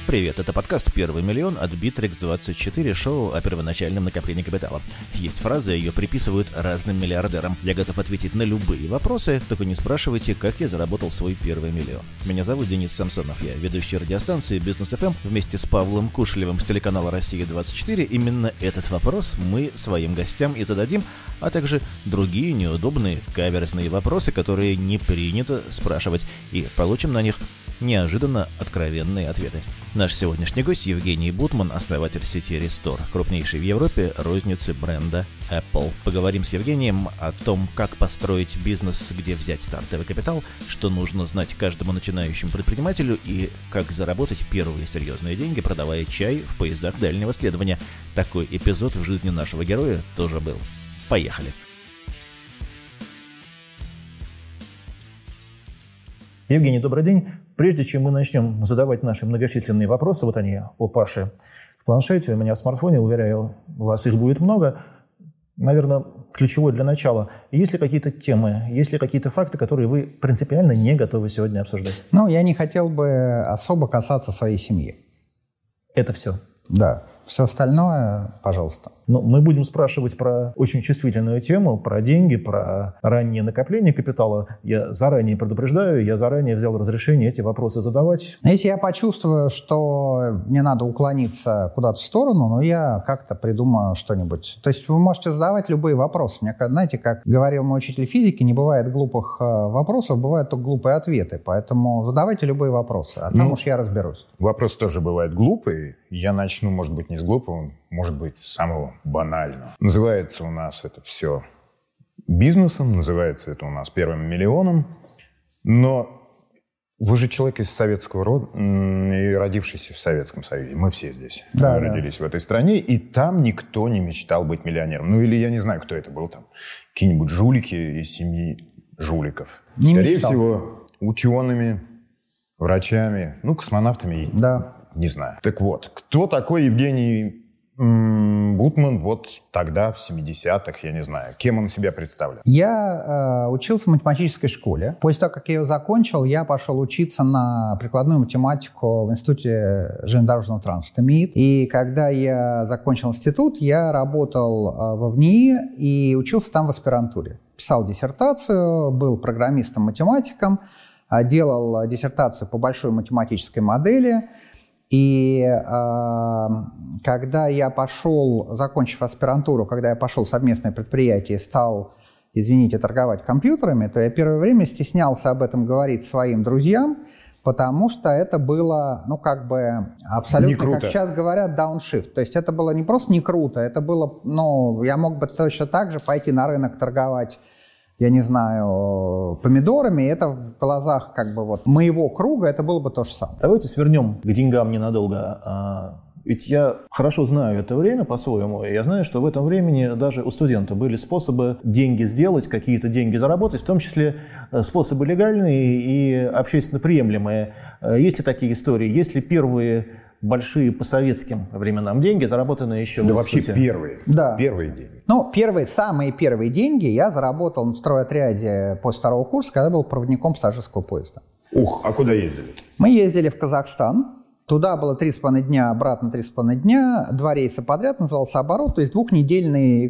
Привет, это подкаст «Первый миллион» от Bittrex24, шоу о первоначальном накоплении капитала. Есть фраза, ее приписывают разным миллиардерам. Я готов ответить на любые вопросы, только не спрашивайте, как я заработал свой первый миллион. Меня зовут Денис Самсонов, я ведущий радиостанции Бизнес ФМ вместе с Павлом Кушелевым с телеканала «Россия-24». Именно этот вопрос мы своим гостям и зададим, а также другие неудобные каверзные вопросы, которые не принято спрашивать, и получим на них неожиданно откровенные ответы. Наш сегодняшний гость Евгений Бутман, основатель сети Restore, крупнейшей в Европе розницы бренда Apple. Поговорим с Евгением о том, как построить бизнес, где взять стартовый капитал, что нужно знать каждому начинающему предпринимателю и как заработать первые серьезные деньги, продавая чай в поездах дальнего следования. Такой эпизод в жизни нашего героя тоже был. Поехали! Евгений, добрый день. Прежде чем мы начнем задавать наши многочисленные вопросы, вот они у Паши в планшете, у меня в смартфоне, уверяю вас, их будет много. Наверное, ключевой для начала. Есть ли какие-то темы, есть ли какие-то факты, которые вы принципиально не готовы сегодня обсуждать? Я не хотел бы особо касаться своей семьи. Это все? Да. Все остальное, пожалуйста. Но мы будем спрашивать про очень чувствительную тему, про деньги, про раннее накопление капитала. Я заранее предупреждаю, я заранее взял разрешение эти вопросы задавать. Если я почувствую, что мне надо уклониться куда-то в сторону, я как-то придумаю что-нибудь. То есть вы можете задавать любые вопросы. Мне, знаете, как говорил мой учитель физики, не бывает глупых вопросов, бывают только глупые ответы. Поэтому задавайте любые вопросы, а там уж я разберусь. Вопросы тоже бывают глупые. Я начну, может быть, не с глупого, может быть, с самого банального. Называется у нас это все бизнесом, называется это у нас первым миллионом. Но вы же человек из советского рода и родившийся в Советском Союзе. Мы все здесь родились в этой стране, и там никто не мечтал быть миллионером. Или я не знаю, кто это был там. Какие-нибудь жулики из семьи жуликов. Скорее всего, учеными, врачами, космонавтами. Да. Не знаю. Так вот, кто такой Евгений Бутман вот тогда, в 70-х, я не знаю. Кем он себя представлял? Я учился в математической школе. После того, как я ее закончил, я пошел учиться на прикладную математику в Институте железнодорожного транспорта МИИТ. И когда я закончил институт, я работал в ВНИИ и учился там в аспирантуре. Писал диссертацию, был программистом-математиком, делал диссертацию по большой математической модели. И когда я пошел, закончив аспирантуру, когда я пошел в совместное предприятие и стал, извините, торговать компьютерами, то я первое время стеснялся об этом говорить своим друзьям, потому что это было, абсолютно, как сейчас говорят, дауншифт. То есть это было не просто не круто, это было, я мог бы точно так же пойти на рынок торговать, я не знаю, помидорами, это в глазах моего круга, это было бы то же самое. Давайте свернем к деньгам ненадолго. Ведь я хорошо знаю это время по-своему. Я знаю, что в этом времени даже у студента были способы деньги сделать, какие-то деньги заработать, в том числе способы легальные и общественно приемлемые. Есть ли такие истории? Есть ли первые большие по советским временам деньги, заработанные еще в институте? Вообще первые. Да. Первые деньги. Самые первые деньги я заработал в стройотряде после второго курса, когда был проводником пассажирского поезда. А куда ездили? Мы ездили в Казахстан. Туда было 3,5 дня, обратно 3,5 дня. 2 рейса подряд, назывался оборот. То есть двухнедельная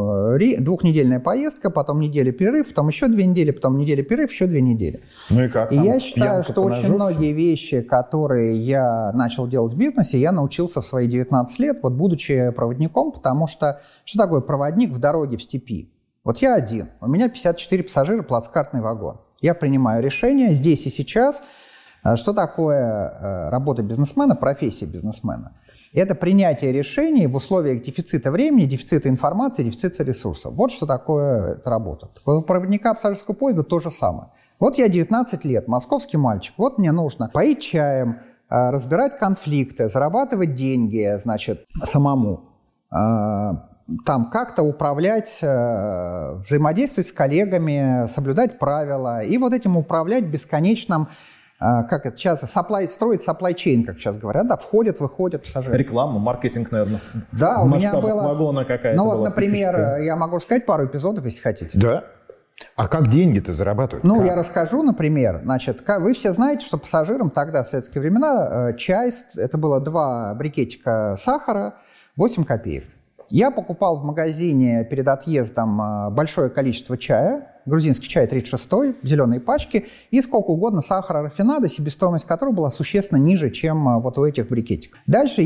поездка, потом неделя перерыв, потом еще 2 недели, потом неделя перерыв, еще 2 недели. И как? И я считаю, что очень многие вещи, которые я начал делать в бизнесе, я научился в свои 19 лет, будучи проводником, потому что такое проводник в дороге в степи? Я один, у меня 54 пассажира, плацкартный вагон. Я принимаю решения здесь и сейчас. Что такое работа бизнесмена, профессия бизнесмена? Это принятие решений в условиях дефицита времени, дефицита информации, дефицита ресурсов. Вот что такое эта работа. У проводника пассажирского поезда то же самое. Я 19 лет, московский мальчик, мне нужно поить чаем, разбирать конфликты, зарабатывать деньги, самому. Там как-то управлять, взаимодействовать с коллегами, соблюдать правила. И этим управлять бесконечным, как это сейчас, строить supply chain, как сейчас говорят, входят, выходят пассажиры. Реклама, маркетинг, наверное, в масштабах вагона какая-то была например, специфическая. я могу сказать пару эпизодов, если хотите. Да. А как деньги-то зарабатывают? Ну, как? я расскажу, например. Значит, вы все знаете, что пассажирам тогда, в советские времена, чай, это было 2 брикетика сахара, 8 копеек. Я покупал в магазине перед отъездом большое количество чая, грузинский чай 36-й, зеленые пачки, и сколько угодно сахара рафинада, себестоимость которого была существенно ниже, чем вот у этих брикетиков. Дальше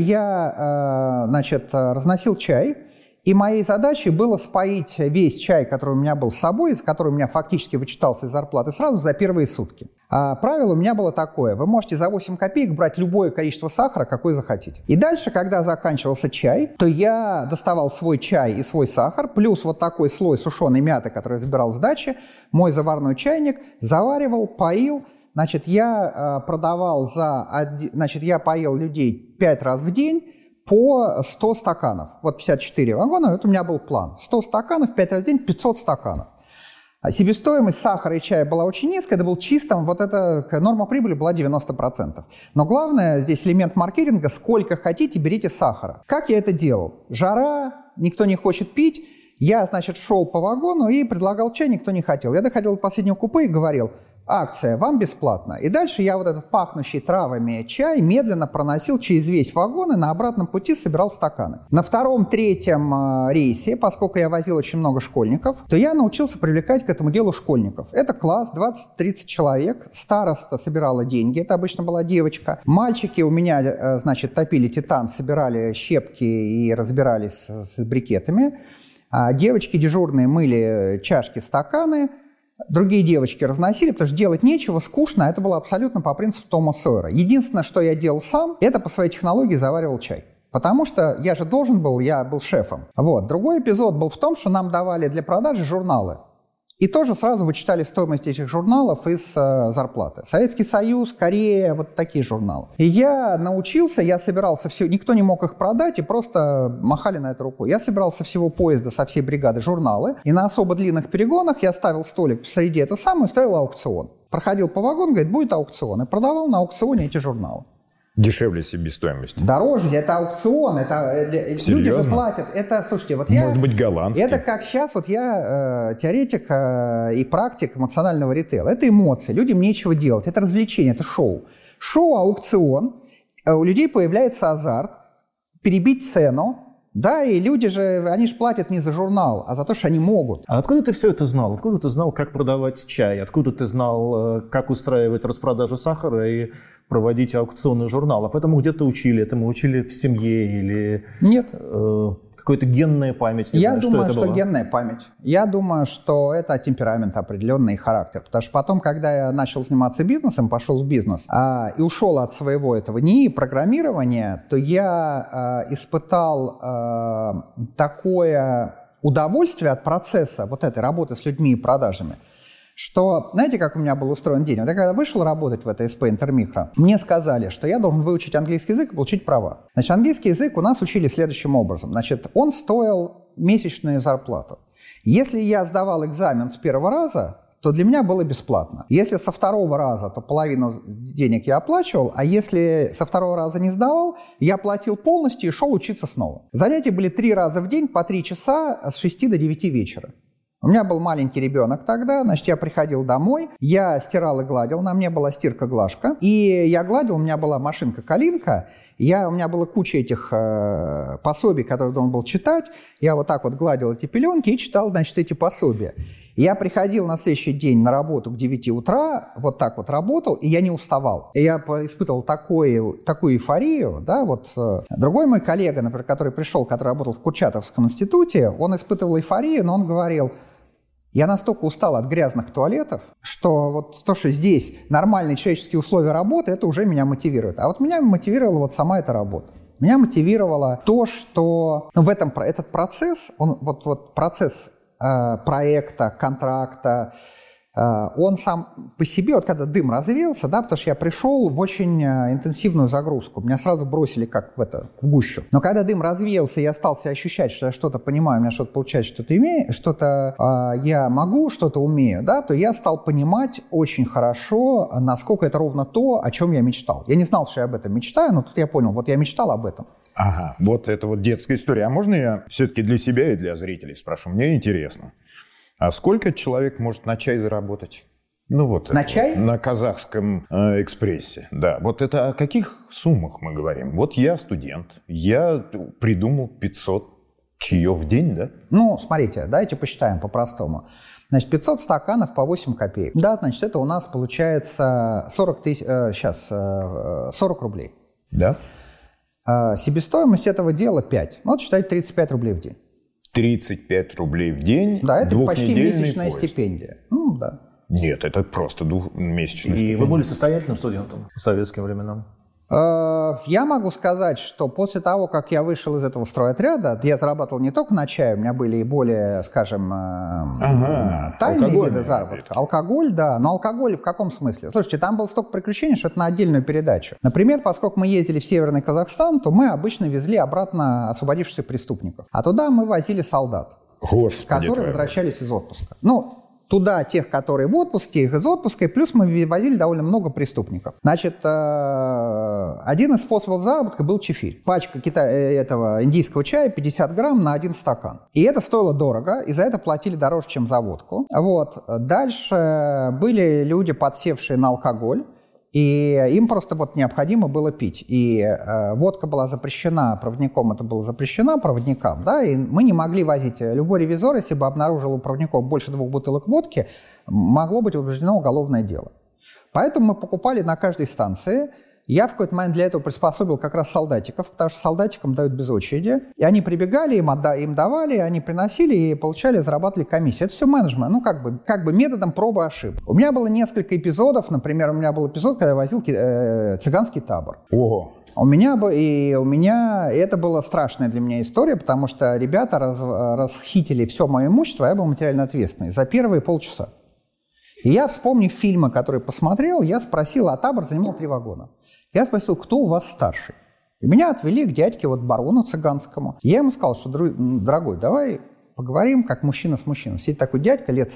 я, значит, разносил чай, и моей задачей было споить весь чай, который у меня был с собой, который у меня фактически вычитался из зарплаты сразу за первые сутки. А правило у меня было такое: вы можете за 8 копеек брать любое количество сахара, какое захотите. И дальше, когда заканчивался чай, то я доставал свой чай и свой сахар, плюс вот такой слой сушеной мяты, который я забирал с дачи, мой заварной чайник, заваривал, поил. Значит, я продавал значит, я поил людей 5 раз в день, по 100 стаканов. Вот 54 вагона, это у меня был план. 100 стаканов, 5 раз в день, 500 стаканов. А себестоимость сахара и чая была очень низкая, это был чистым, вот эта норма прибыли была 90%. Но главное здесь элемент маркетинга: сколько хотите, берите сахара. Как я это делал? Жара, никто не хочет пить. Я, значит, шел по вагону и предлагал чай, никто не хотел. Я доходил до последнего купе и говорил: акция, вам бесплатно. И дальше я вот этот пахнущий травами чай медленно проносил через весь вагон и на обратном пути собирал стаканы. На 2-3 рейсе, поскольку я возил очень много школьников, то я научился привлекать к этому делу школьников. Это класс, 20-30 человек. Староста собирала деньги, это обычно была девочка. Мальчики у меня, значит, топили титан, собирали щепки и разбирались с брикетами. А девочки дежурные мыли чашки, стаканы. Другие девочки разносили, потому что делать нечего, скучно. Это было абсолютно по принципу Тома Сойера. Единственное, что я делал сам, это по своей технологии заваривал чай. Потому что я же должен был, я был шефом. Вот. Другой эпизод был в том, что нам давали для продажи журналы. И тоже сразу вычитали стоимость этих журналов из зарплаты. Советский Союз, Корея, вот такие журналы. И я научился, я собирался все, никто не мог их продать, и просто махали на это рукой. Я собирал со всего поезда, со всей бригады журналы, и на особо длинных перегонах я ставил столик посреди этого самого и устраивал аукцион. Проходил по вагону, говорит, будет аукцион, и продавал на аукционе эти журналы. Дешевле себестоимость. Дороже, это аукцион, это люди же платят. Это, слушайте, вот я... Может быть, голландский. Это как сейчас, вот я теоретик и практик эмоционального ритейла. Это эмоции, людям нечего делать, это развлечение, это шоу. Шоу, аукцион, у людей появляется азарт, перебить цену. Да, и люди же, они же платят не за журнал, а за то, что они могут. А откуда ты все это знал? Откуда ты знал, как продавать чай? Откуда ты знал, как устраивать распродажу сахара и проводить аукционы журналов? Этому где-то учили? Этому учили в семье или... Нет. Какая-то генная память? Я думаю, что генная память. Я думаю, что это темперамент определенный и характер. Потому что потом, когда я начал заниматься бизнесом, пошел в бизнес и ушел от своего этого НИИ программирования, то я испытал такое удовольствие от процесса вот этой работы с людьми и продажами, что, знаете, как у меня был устроен день? Вот я когда вышел работать в это СП Интермикро, мне сказали, что я должен выучить английский язык и получить права. Значит, английский язык у нас учили следующим образом. Значит, он стоил месячную зарплату. Если я сдавал экзамен с первого раза, то для меня было бесплатно. Если со второго раза, то половину денег я оплачивал, а если со второго раза не сдавал, я платил полностью и шел учиться снова. Занятия были 3 раза в день по 3 часа с 6 до 9 вечера. У меня был маленький ребенок тогда, значит, я приходил домой, я стирал и гладил, на мне была стирка-глажка, и я гладил, у меня была машинка-калинка, у меня была куча этих пособий, которые должен был читать, я вот так вот гладил эти пеленки и читал, значит, эти пособия. Я приходил на следующий день на работу к 9 утра, вот так вот работал, и я не уставал. И я испытывал такую эйфорию, да, вот. Другой мой коллега, например, который пришел, который работал в Курчатовском институте, он испытывал эйфорию, но он говорил: я настолько устал от грязных туалетов, что вот то, что здесь нормальные человеческие условия работы, это уже меня мотивирует. А вот меня мотивировала вот сама эта работа. Меня мотивировало то, что этот процесс, процесс проекта, контракта, он сам по себе, вот когда дым развеялся, да, потому что я пришел в очень интенсивную загрузку, меня сразу бросили как в гущу. Но когда дым развеялся, я стал себя ощущать, что я что-то понимаю, у меня что-то получается, что-то имею, что-то я могу, что-то умею, да, то я стал понимать очень хорошо, насколько это ровно то, о чем я мечтал. Я не знал, что я об этом мечтаю, но тут я понял, вот я мечтал об этом. Ага, вот это вот детская история. А можно я все-таки для себя и для зрителей спрошу? Мне интересно. А сколько человек может на чай заработать? Ну вот на чай? На казахском экспрессе. Да. Вот это о каких суммах мы говорим? Вот я студент, я придумал 500 чаев в день, да? Ну, смотрите, давайте посчитаем по-простому. Значит, 500 стаканов по 8 копеек. Да, значит, это у нас получается 40 рублей. Да. Себестоимость этого дела 5. Ну, вот считайте 35 рублей в день. 35 рублей в день. Да, это почти месячная поезд. стипендия. Ну, да. Нет, это просто месячная стипендия. И вы были состоятельным студентом по советским временам? Я могу сказать, что после того, как я вышел из этого стройотряда, я зарабатывал не только на чай, у меня были и более, скажем, тайные виды заработка. Алкоголь, да, но алкоголь в каком смысле? Слушайте, там было столько приключений, что это на отдельную передачу. Например, поскольку мы ездили в Северный Казахстан, то мы обычно везли обратно освободившихся преступников. А туда мы возили солдат, которые возвращались из отпуска. Ну, туда тех, которые в отпуске, их из отпуска, и плюс мы возили довольно много преступников. Значит, один из способов заработка был чефирь. Пачка этого индийского чая 50 грамм на 1 стакан. И это стоило дорого, и за это платили дороже, чем за водку. Вот. Дальше были люди, подсевшие на алкоголь, и им просто вот необходимо было пить. И водка была запрещена проводником, это было запрещено проводникам, да, и мы не могли возить. Любой ревизор, если бы обнаружил у проводников больше 2 бутылок водки, могло быть возбуждено уголовное дело. Поэтому мы покупали на каждой станции. Я в какой-то момент для этого приспособил как раз солдатиков, потому что солдатикам дают без очереди. И они прибегали, им давали, они приносили и получали, зарабатывали комиссию. Это все менеджмент, ну как бы методом пробы и ошибок. У меня было несколько эпизодов, например, у меня был эпизод, когда я возил цыганский табор. Ого! У меня это была страшная для меня история, потому что ребята расхитили все мое имущество, а я был материально ответственный за первые полчаса. И я, вспомнив фильмы, которые посмотрел, я спросил, а табор занимал 3 вагона. Я спросил, кто у вас старший? И меня отвели к дядьке, вот барону цыганскому. Я ему сказал, что, дорогой, давай поговорим, как мужчина с мужчиной. Сидит такой дядька, лет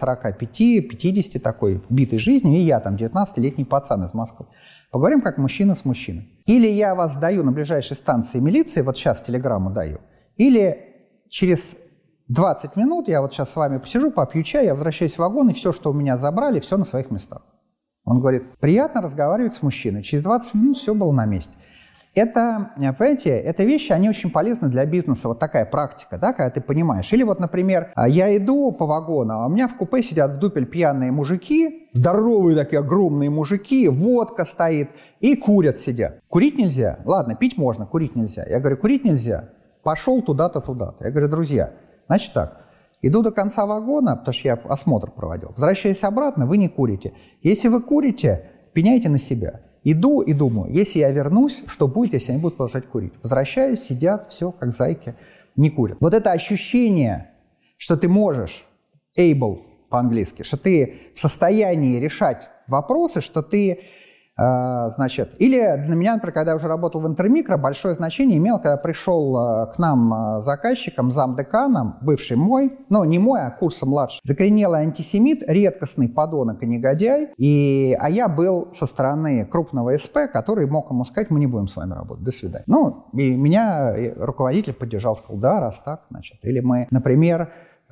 45-50, такой, битый жизнью, и я там, 19-летний пацан из Москвы. Поговорим, как мужчина с мужчиной. Или я вас даю на ближайшей станции милиции, вот сейчас телеграмму даю, или через 20 минут я вот сейчас с вами посижу, попью чай, я возвращаюсь в вагон, и все, что у меня забрали, все на своих местах. Он говорит, приятно разговаривать с мужчиной. Через 20 минут все было на месте. Это, понимаете, это вещи, они очень полезны для бизнеса. Вот такая практика, да, когда ты понимаешь. Или вот, например, я иду по вагону, а у меня в купе сидят в дупель пьяные мужики, здоровые такие огромные мужики, водка стоит, и курят сидят. Курить нельзя? Ладно, пить можно, курить нельзя. Я говорю, курить нельзя. Пошел туда-то, туда-то. Я говорю, друзья, значит так. Иду до конца вагона, потому что я осмотр проводил. Возвращаясь обратно, вы не курите. Если вы курите, пеняйте на себя. Иду и думаю, если я вернусь, что будет, если они будут продолжать курить? Возвращаюсь, сидят, все, как зайки, не курят. Вот это ощущение, что ты можешь, able по-английски, что ты в состоянии решать вопросы, что ты... Значит, или для меня, например, когда я уже работал в Интермикро, большое значение имел, когда пришел к нам заказчиком, замдеканом, бывший мой, ну не мой, а курса младший, закоренелый антисемит, редкостный подонок и негодяй, а я был со стороны крупного СП, который мог ему сказать, мы не будем с вами работать, до свидания. Ну, и меня руководитель поддержал, сказал, да, раз так, значит. Или мы, например,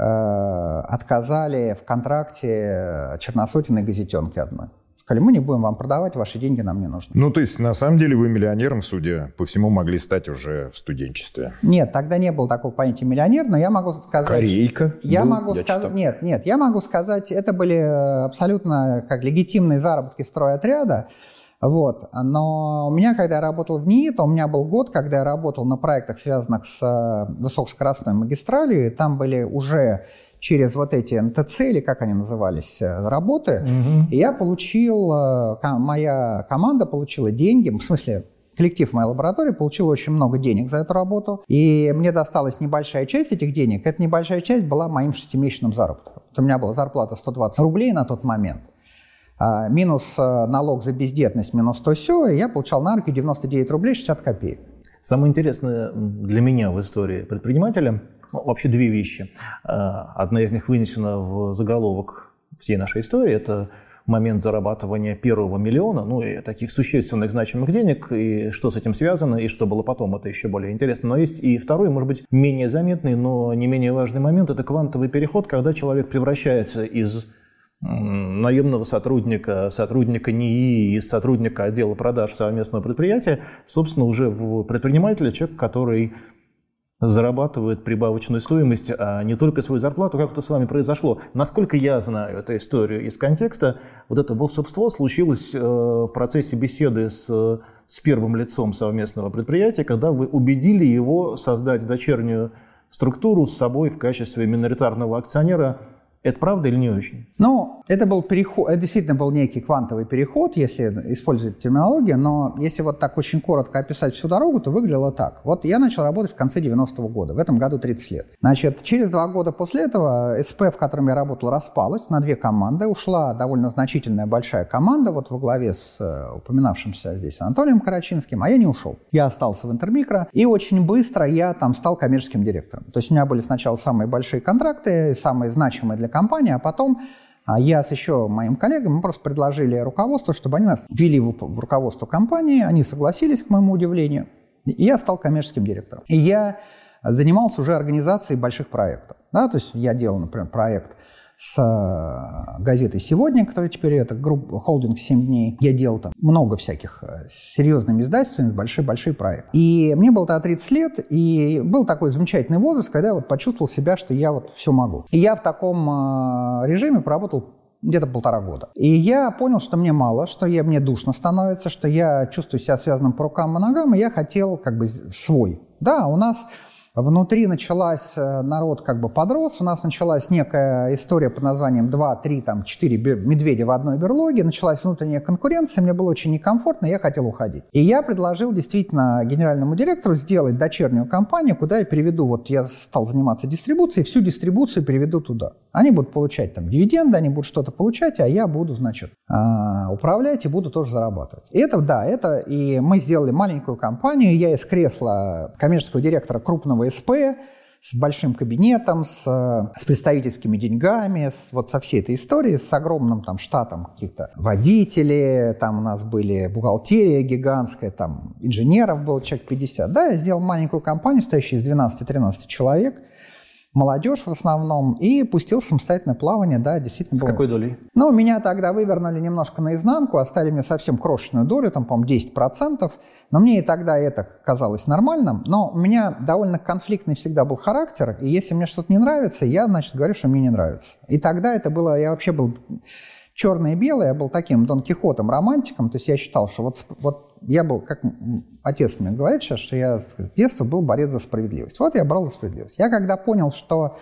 отказали в контракте черносотенной газетенки одной. Сказали, мы не будем вам продавать, ваши деньги нам не нужны. Ну, то есть, на самом деле, вы миллионером, судя по всему, могли стать уже в студенчестве. Нет, тогда не было такого понятия миллионер, но я могу сказать... Корейка. Я могу сказать... Нет, я могу сказать, это были абсолютно как легитимные заработки стройотряда. Вот. Но у меня, когда я работал в НИИ, то у меня был год, когда я работал на проектах, связанных с высокоскоростной магистралью, и там были уже... через вот эти НТЦ, или как они назывались, работы, и я получил, моя команда получила деньги, в смысле, коллектив моей лаборатории получил очень много денег за эту работу, и мне досталась небольшая часть этих денег, эта небольшая часть была моим 6-месячным заработком. Вот у меня была зарплата 120 рублей на тот момент, минус налог за бездетность, минус то сё, и я получал на руки 99 рублей 60 копеек. Самое интересное для меня в истории предпринимателя, вообще 2 вещи. Одна из них вынесена в заголовок всей нашей истории. Это момент зарабатывания первого миллиона, ну и таких существенных значимых денег, и что с этим связано, и что было потом, это еще более интересно. Но есть и второй, может быть, менее заметный, но не менее важный момент, это квантовый переход, когда человек превращается из наемного сотрудника НИИ, из сотрудника отдела продаж совместного предприятия, собственно, уже в предпринимателя, человек, который зарабатывает прибавочную стоимость, а не только свою зарплату. Как это с вами произошло? Насколько я знаю эту историю из контекста, вот это волшебство случилось в процессе беседы с первым лицом совместного предприятия, когда вы убедили его создать дочернюю структуру с собой в качестве миноритарного акционера. Это правда или не очень? Ну, это был переход, это действительно был некий квантовый переход, если использовать терминологию, но если вот так очень коротко описать всю дорогу, то выглядело так. Вот я начал работать в конце 90-го года, в этом году 30 лет. Значит, через 2 года после этого СП, в котором я работал, распалась на 2 команды, ушла довольно значительная большая команда, вот во главе с упоминавшимся здесь Анатолием Карачинским, а я не ушел. Я остался в Интермикро, и очень быстро я там стал коммерческим директором. То есть у меня были сначала самые большие контракты, самые значимые для компании, а потом я с еще моим коллегам, мы просто предложили руководству, чтобы они нас ввели в руководство компании, они согласились, к моему удивлению, и я стал коммерческим директором. И я занимался уже организацией больших проектов. Да? То есть я делал, например, проект с газетой «Сегодня», которая теперь это холдинг «7 дней». Я делал там много всяких серьезными издательствами, большие-большие проекты. И мне было тогда 30 лет, и был такой замечательный возраст, когда я вот почувствовал себя, что я вот все могу. И я в таком режиме проработал где-то 1,5 года. И я понял, что мне мало, что мне душно становится, что я чувствую себя связанным по рукам и ногам, и я хотел как бы свой. Да, у нас внутри народ как бы подрос, у нас началась некая история под названием 2, 3, 4 медведя в одной берлоге, началась внутренняя конкуренция, мне было очень некомфортно, я хотел уходить. И я предложил действительно генеральному директору сделать дочернюю компанию, куда я переведу, вот я стал заниматься дистрибуцией, всю дистрибуцию переведу туда. Они будут получать там дивиденды, они будут что-то получать, а я буду, значит, управлять и буду тоже зарабатывать. И и мы сделали маленькую компанию, я из кресла коммерческого директора крупного СП, с большим кабинетом, с представительскими деньгами, со всей этой историей, с огромным там штатом каких-то водителей, там у нас были бухгалтерия гигантская, там инженеров было человек 50. Да, я сделал маленькую компанию, состоящую из 12-13 человек, молодежь в основном, и пустил самостоятельное плавание, да, действительно. С какой долей? Ну, меня тогда вывернули немножко наизнанку, оставили мне совсем крошечную долю, там, по-моему, 10%, но мне и тогда это казалось нормальным, но у меня довольно конфликтный всегда был характер, и если мне что-то не нравится, я, значит, говорю, что мне не нравится. И тогда это было, я вообще был черное и белое, я был таким Дон Кихотом, романтиком, то есть я считал, что вот я был, как отец мне говорит сейчас, что я с детства был борец за справедливость. Вот я брал за справедливость. Я когда понял, что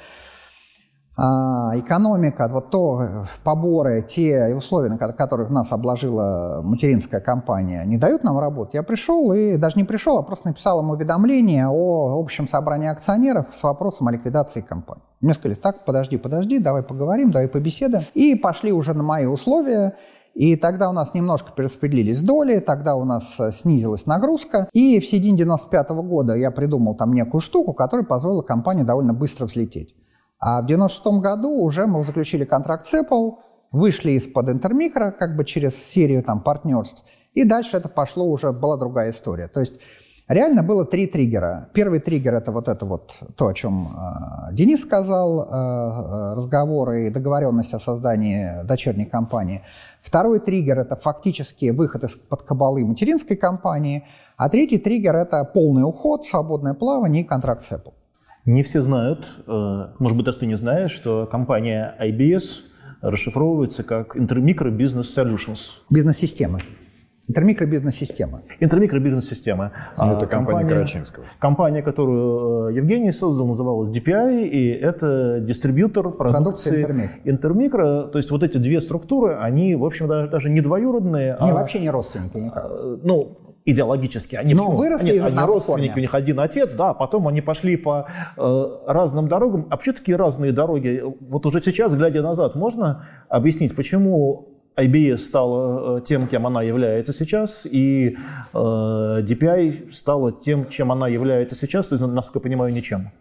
экономика, вот то поборы, те условия, на которых нас обложила материнская компания, не дают нам работать, я пришел и даже не пришел, а просто написал им уведомление о общем собрании акционеров с вопросом о ликвидации компании. Мне сказали, так, подожди, давай поговорим, давай побеседуем. И пошли уже на мои условия. И тогда у нас немножко перераспределились доли, тогда у нас снизилась нагрузка. И в середине 95 года я придумал там некую штуку, которая позволила компании довольно быстро взлететь. А в 96 году уже мы заключили контракт с Apple, вышли из-под Интермикро как бы через серию там партнерств. И дальше это пошло уже, была другая история. То есть реально было 3 триггера. Первый триггер – это вот то, о чем Денис сказал, разговоры и договоренность о создании дочерней компании. Второй триггер – это фактически выход из-под кабалы материнской компании. А третий триггер – это полный уход, свободное плавание и контракт с Apple. Не все знают, может быть, даже ты не знаешь, что компания IBS расшифровывается как Intermicro Business Solutions. Бизнес-системы. Интермикро бизнес-система. Интермикро бизнес-система. Это компания Карачинского. Компания, которую Евгений создал, называлась DPI, и это дистрибьютор продукции Интермикро. То есть вот эти 2 структуры, они, в общем, даже не двоюродные. Вообще не родственники никак. Идеологически. Они выросли из одного родственники, корня. у них один отец, да, потом они пошли по разным дорогам. А почему такие разные дороги? Вот уже сейчас, глядя назад, можно объяснить, почему IBS стала тем, кем она является сейчас, и DPI стала тем, чем она является сейчас, то есть, насколько я понимаю, ничем?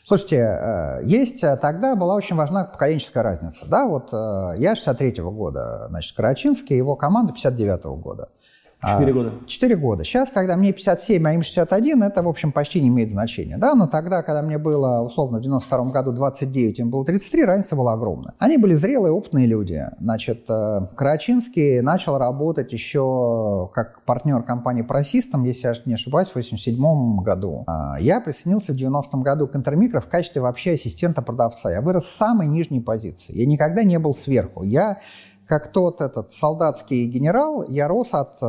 Слушайте, тогда была очень важна поколенческая разница. Да, вот я 63-го года, значит, Карачинский, его команда 59-го года. 4 года. 4 года. Сейчас, когда мне 57, а им 61, это, в общем, почти не имеет значения. Да? Но тогда, когда мне было, условно, в 92 году 29, им было 33, разница была огромная. Они были зрелые, опытные люди. Значит, Карачинский начал работать еще как партнер компании ProSystem, если я не ошибаюсь, в 87 году. Я присоединился в 90 году к Интермикро в качестве вообще ассистента продавца. Я вырос с самой нижней позиции. Я никогда не был сверху. Я как тот этот солдатский генерал, я рос от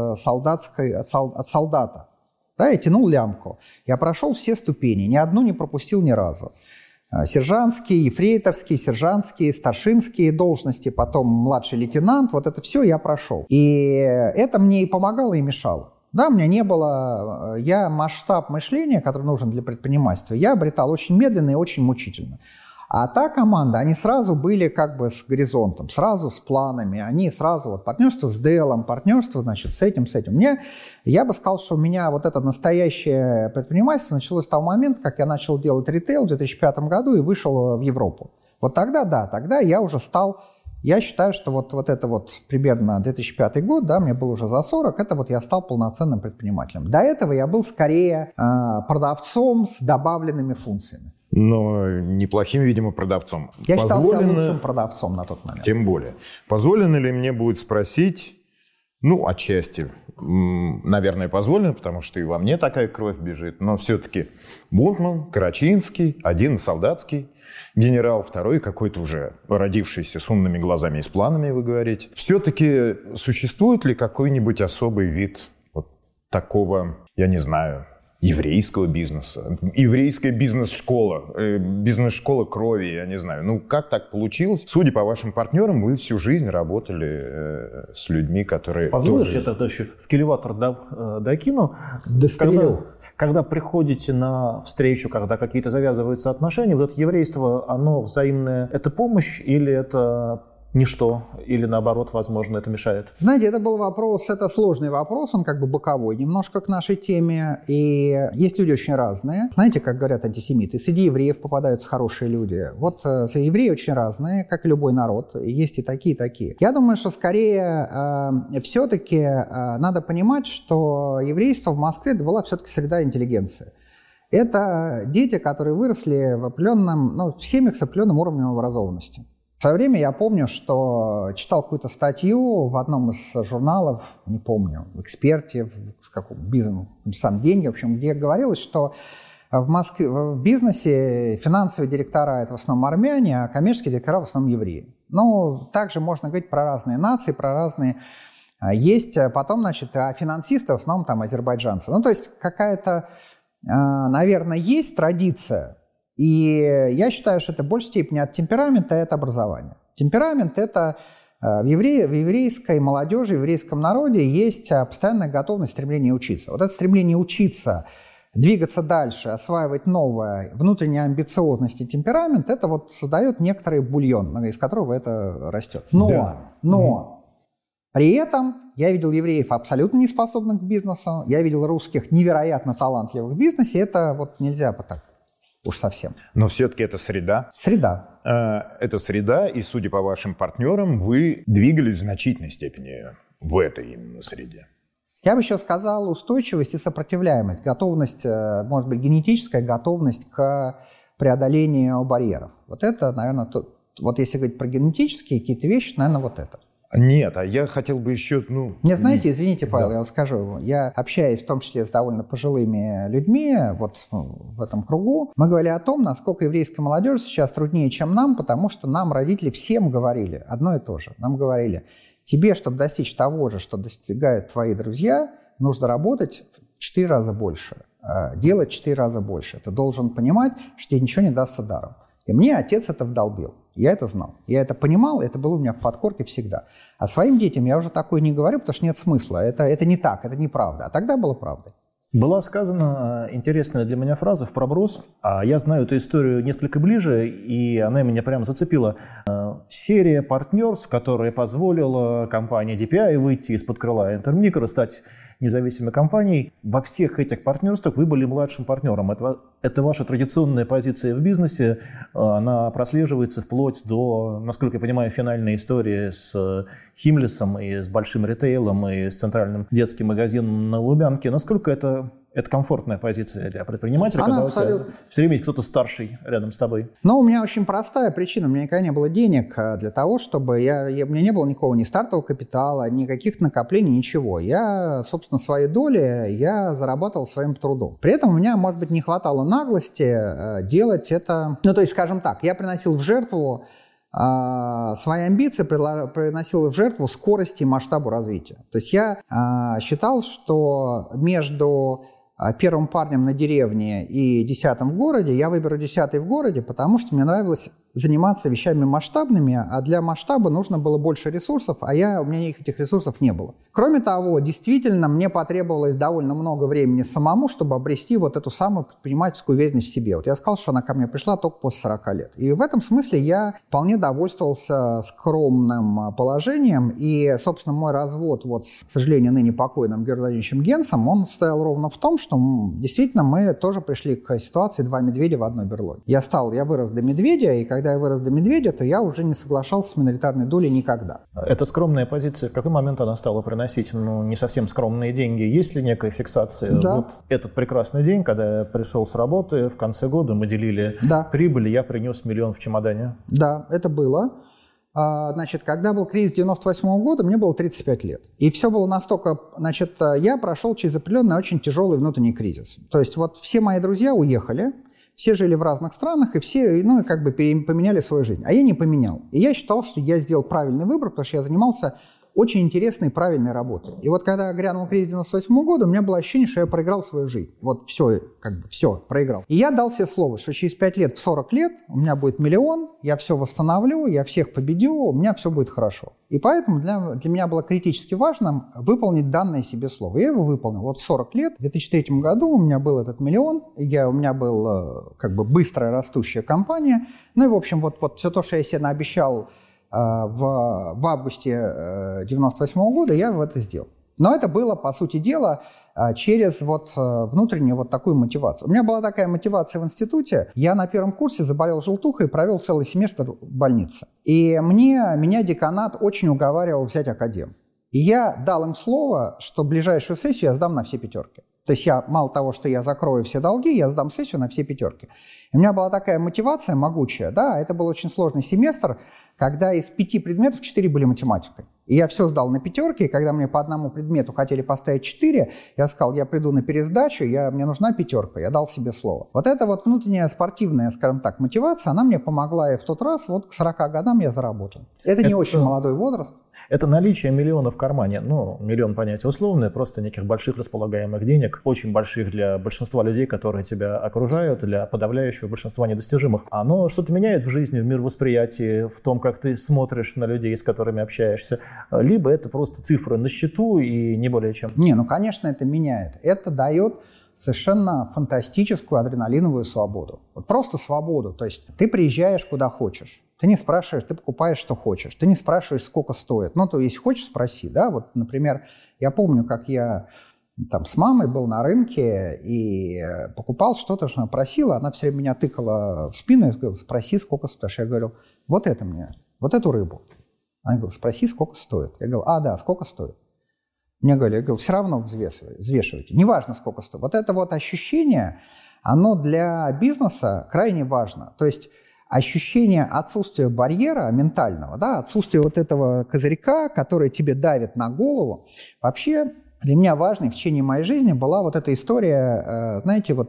солдата. Да, я тянул лямку. Я прошел все ступени, ни одну не пропустил ни разу. Сержантские, ефрейторские, сержантские, старшинские должности, потом младший лейтенант, вот это все я прошел. И это мне и помогало, и мешало. Да, у меня не было, масштаб мышления, который нужен для предпринимательства, я обретал очень медленно и очень мучительно. А та команда, они сразу были как бы с горизонтом, сразу с планами, они сразу, вот партнерство с Dell, партнерство, значит, с этим. Я бы сказал, что у меня вот это настоящее предпринимательство началось с того момента, как я начал делать ритейл в 2005 году и вышел в Европу. Вот тогда, да, тогда я уже стал, я считаю, что вот это вот примерно 2005 год, да, мне было уже за 40, это вот я стал полноценным предпринимателем. До этого я был скорее продавцом с добавленными функциями. Но неплохим, видимо, продавцом. Я считал себя лучшим продавцом на тот момент. Тем более. Позволено ли мне будет спросить, отчасти, наверное, позволено, потому что и во мне такая кровь бежит, но все-таки Бунтман, Карачинский, один солдатский генерал, второй какой-то уже родившийся с умными глазами и с планами, вы говорите. Все-таки существует ли какой-нибудь особый вид вот такого, я не знаю, еврейского бизнеса, еврейская бизнес-школа крови, я не знаю. Как так получилось? Судя по вашим партнерам, вы всю жизнь работали с людьми, которые... Позволишь, я тогда еще в кильватор докину? Когда приходите на встречу, когда какие-то завязываются отношения, вот это еврейство, оно взаимное, это помощь или это ничто, или наоборот, возможно, это мешает? Знаете, это был вопрос, это сложный вопрос, он как бы боковой немножко к нашей теме, и есть люди очень разные. Знаете, как говорят антисемиты, среди евреев попадаются хорошие люди. Вот евреи очень разные, как и любой народ, есть и такие, и такие. Я думаю, что скорее все-таки надо понимать, что еврейство в Москве была все-таки среда интеллигенции. Это дети, которые выросли в семьях с определенным уровнем образованности. В свое время я помню, что читал какую-то статью в одном из журналов, не помню, в «Эксперте», в каком бизнесе, сам деньги, в общем, где говорилось, что в Москве, в бизнесе финансовые директора – это в основном армяне, а коммерческие директора – в основном евреи. Также можно говорить про разные нации, про разные… Есть потом, а финансисты в основном там азербайджанцы. То есть какая-то, наверное, есть традиция. И я считаю, что это в большей степени от темперамента и от образования. Темперамент – это в еврейской молодежи, в еврейском народе есть постоянная готовность, стремление учиться. Вот это стремление учиться, двигаться дальше, осваивать новое, внутренняя амбициозность и темперамент – это вот создает некоторый бульон, из которого это растет. Но при этом я видел евреев абсолютно неспособных к бизнесу, я видел русских невероятно талантливых в бизнесе, это вот нельзя так. Уж совсем. Но все-таки это среда. Среда. Это среда, и, судя по вашим партнерам, вы двигались в значительной степени в этой именно среде. Я бы еще сказал устойчивость и сопротивляемость, готовность, может быть, генетическая готовность к преодолению барьеров. Вот это, наверное, вот если говорить про генетические какие-то вещи, наверное, вот это. Нет, а я хотел бы еще… Не знаете, извините, Павел, я вам скажу, я общаюсь в том числе с довольно пожилыми людьми вот в этом кругу. Мы говорили о том, насколько еврейская молодежь сейчас труднее, чем нам, потому что нам родители всем говорили одно и то же. Нам говорили, тебе, чтобы достичь того же, что достигают твои друзья, нужно работать в 4 раза больше, делать в 4 раза больше. Ты должен понимать, что тебе ничего не дастся даром. И мне отец это вдолбил. Я это знал. Я это понимал, это было у меня в подкорке всегда. А своим детям я уже такое не говорю, потому что нет смысла. Это не так, это неправда. А тогда было правдой. Была сказана интересная для меня фраза в проброс. Я знаю эту историю несколько ближе, и она меня прям зацепила. Серия партнерств, которая позволила компании DPI выйти из-под крыла Интермикро, стать независимой компанией. Во всех этих партнерствах вы были младшим партнером. Это ваша традиционная позиция в бизнесе. Она прослеживается вплоть до, насколько я понимаю, финальной истории с Химлесом и с большим ритейлом, и с центральным детским магазином на Лубянке. Насколько это комфортная позиция для предпринимателя, когда у тебя все время есть кто-то старший рядом с тобой? Но у меня очень простая причина. У меня никогда не было денег для того, чтобы... У меня не было никакого ни стартового капитала, никаких накоплений, ничего. Я, собственно, свои доли я зарабатывал своим трудом. При этом у меня, может быть, не хватало наглости делать это... Ну, то есть, скажем так, я приносил в жертву свои амбиции, приносил в жертву скорости и масштабу развития. То есть я считал, что между первым парнем на деревне и 10-м в городе я выберу 10-й в городе, потому что мне нравилось заниматься вещами масштабными, а для масштаба нужно было больше ресурсов, у меня этих ресурсов не было. Кроме того, действительно, мне потребовалось довольно много времени самому, чтобы обрести вот эту самую предпринимательскую уверенность в себе. Вот я сказал, что она ко мне пришла только после 40 лет. И в этом смысле я вполне довольствовался скромным положением, и, собственно, мой развод вот с, к сожалению, ныне покойным Георгием Владимировичем Генсом, он состоял ровно в том, что действительно мы тоже пришли к ситуации два медведя в одной берлоге. Я вырос до медведя, и когда я вырос до медведя, то я уже не соглашался с миноритарной долей никогда. Эта скромная позиция, в какой момент она стала приносить не совсем скромные деньги? Есть ли некая фиксация? Да. Вот этот прекрасный день, когда я пришел с работы, в конце года мы делили прибыль, я принес 1 миллион в чемодане. Да, это было. Значит, когда был кризис 98 года, мне было 35 лет. И все было настолько... Значит, я прошел через определенный очень тяжелый внутренний кризис. То есть вот все мои друзья уехали, все жили в разных странах, и все, как бы поменяли свою жизнь. А я не поменял. И я считал, что я сделал правильный выбор, потому что я занимался очень интересной и правильной работой. И вот когда грянул кризис 98 года, у меня было ощущение, что я проиграл свою жизнь. Вот все, все, проиграл. И я дал себе слово, что через 5 лет, в 40 лет у меня будет 1 миллион, я все восстановлю, я всех победю, у меня все будет хорошо. И поэтому для меня было критически важно выполнить данное себе слово. Я его выполнил. Вот в 40 лет, в 2003 году у меня был этот 1 миллион, у меня была быстрая растущая компания. Ну и, в общем, вот все то, что я себе наобещал в августе 1998 года, я это сделал. Но это было, по сути дела, через внутреннюю такую мотивацию. У меня была такая мотивация в институте. Я на первом курсе заболел желтухой и провел целый семестр в больнице. И меня деканат очень уговаривал взять академ. И я дал им слово, что ближайшую сессию я сдам на все 5. То есть мало того, что я закрою все долги, я сдам сессию на все 5. И у меня была такая мотивация могучая. Да, это был очень сложный семестр, когда из 5 предметов 4 были математикой. И я все сдал на 5, и когда мне по одному предмету хотели поставить 4, я сказал, я приду на пересдачу, мне нужна 5, я дал себе слово. Вот эта внутренняя спортивная, скажем так, мотивация, она мне помогла, и в тот раз к 40 годам я заработал. Это не очень молодой возраст. Это наличие миллиона в кармане. Миллион понятие условное, просто неких больших располагаемых денег, очень больших для большинства людей, которые тебя окружают, для подавляющего большинства недостижимых. Оно что-то меняет в жизни, в мировосприятии, в том, как ты смотришь на людей, с которыми общаешься. Либо это просто цифры на счету и не более чем. Конечно, это меняет. Это дает совершенно фантастическую адреналиновую свободу. Просто свободу. То есть ты приезжаешь куда хочешь. Ты не спрашиваешь, ты покупаешь, что хочешь. Ты не спрашиваешь, сколько стоит. То есть хочешь, спроси. Да? Например, я помню, как я с мамой был на рынке и покупал что-то, что она просила. Она все время меня тыкала в спину и говорила, спроси, сколько стоит. Я говорил, вот эту рыбу. Она говорила, спроси, сколько стоит. Я говорил, да, сколько стоит. Мне говорили, все равно взвешивайте. Неважно, сколько стоит. Вот это ощущение, оно для бизнеса крайне важно. То есть ощущение отсутствия барьера ментального, отсутствие этого козырька, который тебе давит на голову. Вообще для меня важной в течение моей жизни была эта история,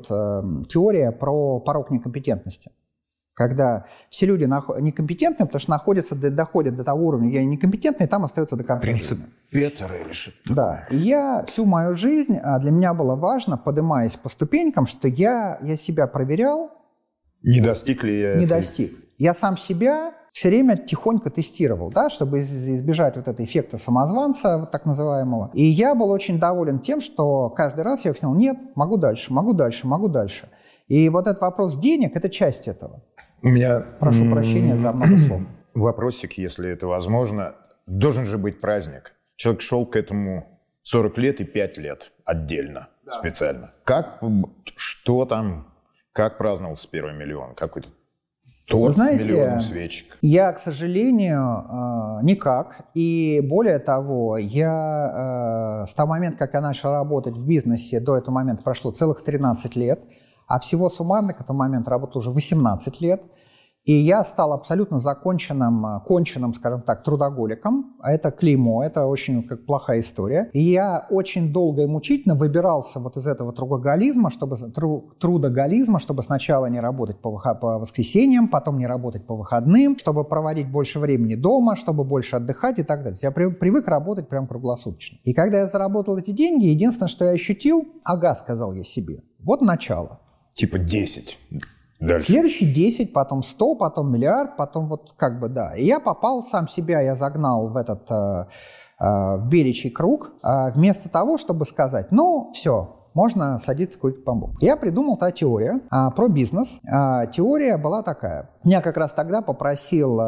теория про порог некомпетентности. Когда все люди некомпетентны, потому что доходят до того уровня, где они некомпетентны, и там остаются до конца жизни. Принцип Петера или что-то. Да. И я всю мою жизнь, для меня было важно, поднимаясь по ступенькам, что я себя проверял. Не достиг ли я? Не достиг. Я сам себя все время тихонько тестировал, да, чтобы избежать вот этого эффекта самозванца, вот так называемого. И я был очень доволен тем, что каждый раз я понял, нет, могу дальше, могу дальше, могу дальше. И вот этот вопрос денег – это часть этого. У меня... Прошу прощения за много слов. Вопросик, если это возможно. Должен же быть праздник. Человек шел к этому 40 лет и 5 лет отдельно, специально. Что там, как праздновался первый миллион? Какой-то торт с миллионом свечек? Я, к сожалению, никак. И более того, я с того момента, как я начал работать в бизнесе, до этого момента прошло целых 13 лет, а всего суммарно к этому моменту работал уже 18 лет. И я стал абсолютно конченным, скажем так, трудоголиком. А это клеймо, это очень плохая история. И я очень долго и мучительно выбирался вот из этого трудоголизма, чтобы сначала не работать по воскресеньям, потом не работать по выходным, чтобы проводить больше времени дома, чтобы больше отдыхать и так далее. Я привык работать прям круглосуточно. И когда я заработал эти деньги, единственное, что я ощутил, сказал я себе, вот начало. Типа 10. Дальше. Следующий 10, потом 100, потом миллиард, потом И я попал сам себя, я загнал в этот в беличий круг, вместо того, чтобы сказать, все, можно садиться курить бамбук. Я придумал теорию про бизнес. Теория была такая. Меня как раз тогда попросил,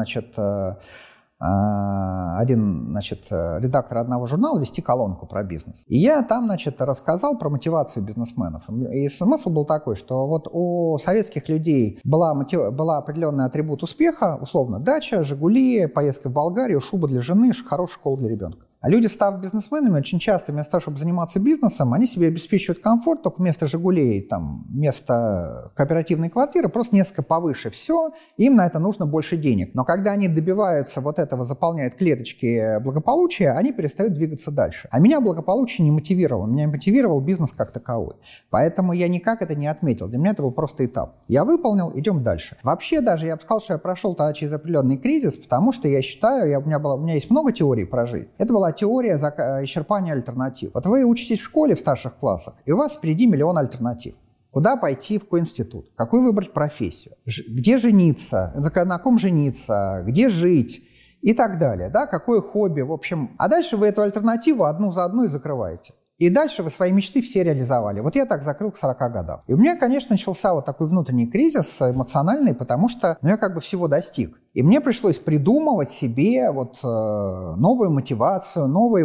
один, редактор одного журнала вести колонку про бизнес. И я там, рассказал про мотивацию бизнесменов. И смысл был такой, что вот у советских людей была определенный атрибут успеха, условно, дача, «Жигули», поездка в Болгарию, шуба для жены, хорошая школа для ребенка. А люди, став бизнесменами, очень часто вместо того, чтобы заниматься бизнесом, они себе обеспечивают комфорт, только вместо «Жигулей», вместо кооперативной квартиры, просто несколько повыше все, им на это нужно больше денег. Но когда они добиваются вот этого, заполняют клеточки благополучия, они перестают двигаться дальше. А меня благополучие не мотивировало, меня мотивировал бизнес как таковой. Поэтому я никак это не отметил, для меня это был просто этап. Я выполнил, идем дальше. Вообще даже я бы сказал, что я прошел тогда через определенный кризис, потому что я считаю, у меня есть много теорий про жизнь. Это была теория исчерпания альтернатив. Вот вы учитесь в школе в старших классах, и у вас впереди миллион альтернатив. Куда пойти, в какой институт, какую выбрать профессию, где жениться, на ком жениться, где жить и так далее. Да? Какое хобби, в общем. А дальше вы эту альтернативу одну за одной закрываете. И дальше вы свои мечты все реализовали. Вот я так закрыл к 40 годам. И у меня, конечно, начался вот такой внутренний кризис эмоциональный, потому что я всего достиг. И мне пришлось придумывать себе новую мотивацию,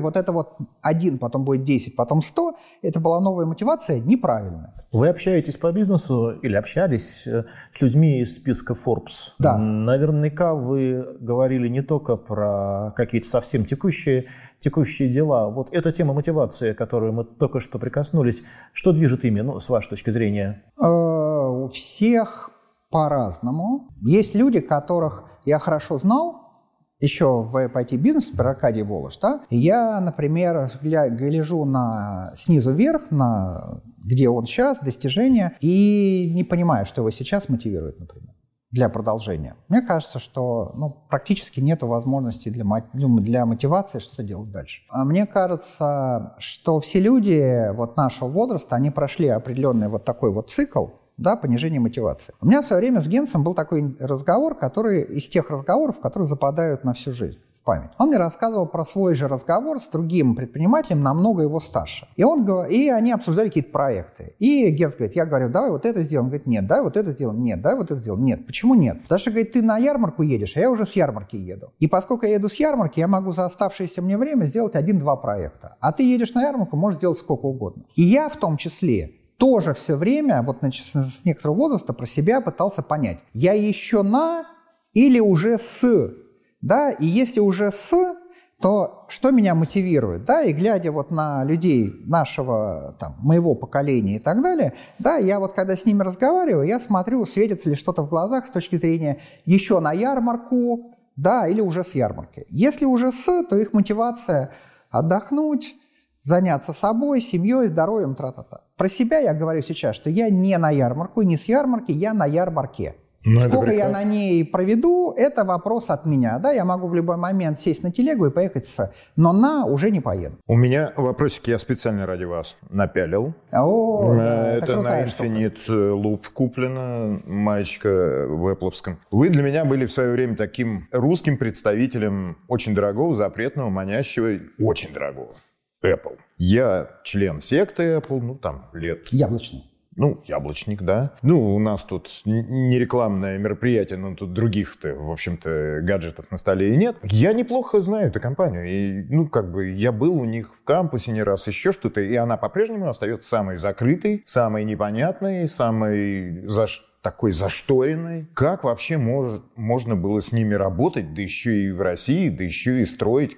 один, потом будет 10, потом 100. Это была новая мотивация неправильная. Вы общаетесь по бизнесу или общались с людьми из списка Forbes? Да. Наверняка вы говорили не только про какие-то совсем текущие дела. Вот эта тема мотивации, которую мы только что прикоснулись, что движет ими, с вашей точки зрения? У всех по-разному. Есть люди, которых я хорошо знал, еще в IT-бизнесе, при Аркадий Волош, да? Я, например, гляжу снизу вверх, где он сейчас, достижения, и не понимаю, что его сейчас мотивирует, например, для продолжения. Мне кажется, что практически нет возможности для мотивации что-то делать дальше. А мне кажется, что все люди нашего возраста, они прошли определенный такой цикл, понижение мотивации. У меня в свое время с Генсом был такой разговор, который из тех разговоров, которые западают на всю жизнь в память. Он мне рассказывал про свой же разговор с другим предпринимателем, намного его старше. И они обсуждали какие-то проекты. И Генс говорит, я говорю, давай вот это сделаем. Он говорит, нет, давай вот это сделаем. Нет, давай вот это сделаем. Нет. Почему нет? Потому что, говорит, ты на ярмарку едешь, а я уже с ярмарки еду. И поскольку я еду с ярмарки, я могу за оставшееся мне время сделать 1-2 проекта. А ты едешь на ярмарку, можешь сделать сколько угодно. И я в том числе тоже все время, с некоторого возраста про себя пытался понять, я еще или уже с, да, и если уже с, то что меня мотивирует, да, и глядя на людей нашего, моего поколения и так далее, да, я когда с ними разговариваю, я смотрю, светится ли что-то в глазах с точки зрения еще на ярмарку, да, или уже с ярмарки. Если уже с, то их мотивация отдохнуть, заняться собой, семьей, здоровьем, тра-та-та. Про себя я говорю сейчас, что я не на ярмарку, не с ярмарки, я на ярмарке. Сколько я на ней проведу, это вопрос от меня. Да, я могу в любой момент сесть на телегу и поехать но уже не поеду. У меня вопросики я специально ради вас напялил. Это на Infinite Loop куплено, маечка в Apple-овском. Вы для меня были в свое время таким русским представителем очень дорогого, запретного, манящего, очень дорогого Apple. Я член секты Apple, лет... Яблочный. Яблочник, да. У нас тут не рекламное мероприятие, но тут других-то, в общем-то, гаджетов на столе и нет. Я неплохо знаю эту компанию. И, я был у них в кампусе не раз, еще что-то, и она по-прежнему остается самой закрытой, самой непонятной, самой такой зашторенной. Как вообще можно было с ними работать, да еще и в России, да еще и строить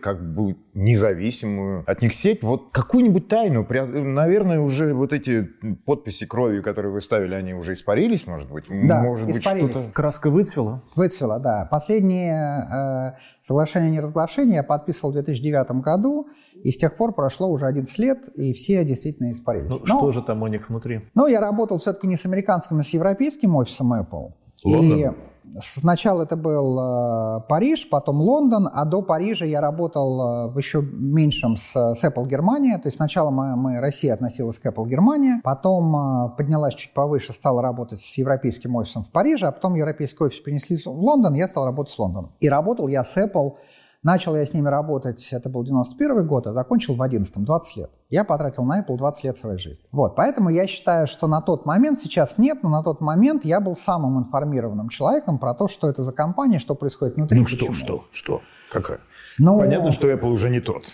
независимую от них сеть? Вот какую-нибудь тайну, наверное, уже вот эти подписи кровью, которые вы ставили, они уже испарились, может быть? Да, может испарились. Быть, что-то... Краска выцвела? Выцвела, да. Последнее соглашение о неразглашении я подписывал в 2009 году, и с тех пор прошло уже 11 лет, и все действительно испарились. Что же там у них внутри? Я работал все-таки не с американским, а с европейским офисом Apple. Лондон? И сначала это был Париж, потом Лондон, а до Парижа я работал в еще меньшем с Apple Германия. То есть сначала Россия относилась к Apple Германия, потом поднялась чуть повыше, стала работать с европейским офисом в Париже, а потом европейский офис перенесли в Лондон, я стал работать с Лондоном. И работал я с Apple. Начал я с ними работать, это был 91 год, а закончил в 11-м, 20 лет. Я потратил на Apple 20 лет своей жизни. Поэтому я считаю, что на тот момент, сейчас нет, но на тот момент я был самым информированным человеком про то, что это за компания, что происходит внутри. Что? Какая? Понятно, что Apple уже не тот.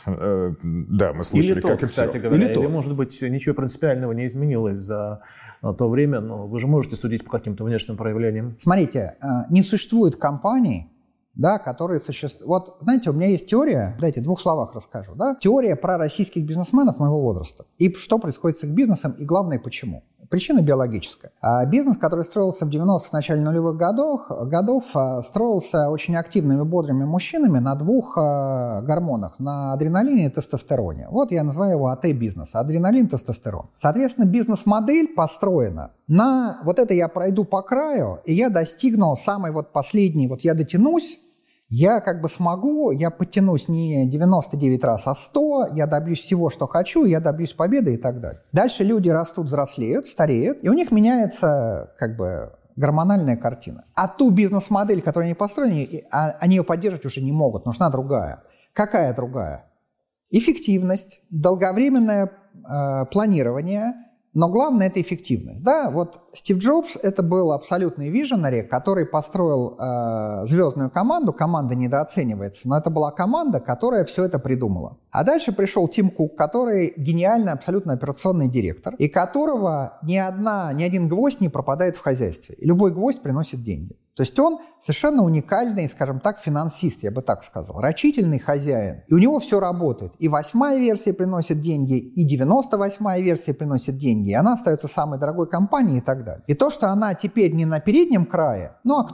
Да, мы слышали, или как тот, и все. Кстати говоря, или может быть, ничего принципиального не изменилось за то время, но вы же можете судить по каким-то внешним проявлениям. Смотрите, не существует компаний, которые существуют. Вот, знаете, у меня есть теория, дайте в 2 словах расскажу, теория про российских бизнесменов моего возраста. И что происходит с их бизнесом, и главное, почему. Причина биологическая. Бизнес, который строился в 90-х, начале нулевых годов, строился очень активными, бодрыми мужчинами на 2 гормонах, на адреналине и тестостероне. Вот я называю его АТ-бизнес, адреналин, тестостерон. Соответственно, бизнес-модель построена на вот это я пройду по краю, и я достигну самый последний, я дотянусь, я смогу, я подтянусь не 99 раз, а 100, я добьюсь всего, что хочу, я добьюсь победы и так далее. Дальше люди растут, взрослеют, стареют, и у них меняется гормональная картина. А ту бизнес-модель, которую они построили, они ее поддерживать уже не могут, нужна другая. Какая другая? Эффективность, долговременное планирование, но главное – это эффективность. Стив Джобс – это был абсолютный виженери, который построил звездную команду. Команда недооценивается, но это была команда, которая все это придумала. А дальше пришел Тим Кук, который гениальный абсолютно операционный директор, и которого ни один гвоздь не пропадает в хозяйстве. И любой гвоздь приносит деньги. То есть он совершенно уникальный, скажем так, финансист, я бы так сказал, рачительный хозяин. И у него все работает. И 8-я версия приносит деньги, и 98-я версия приносит деньги, и она остается самой дорогой компанией и так далее. И то, что она теперь не на переднем крае,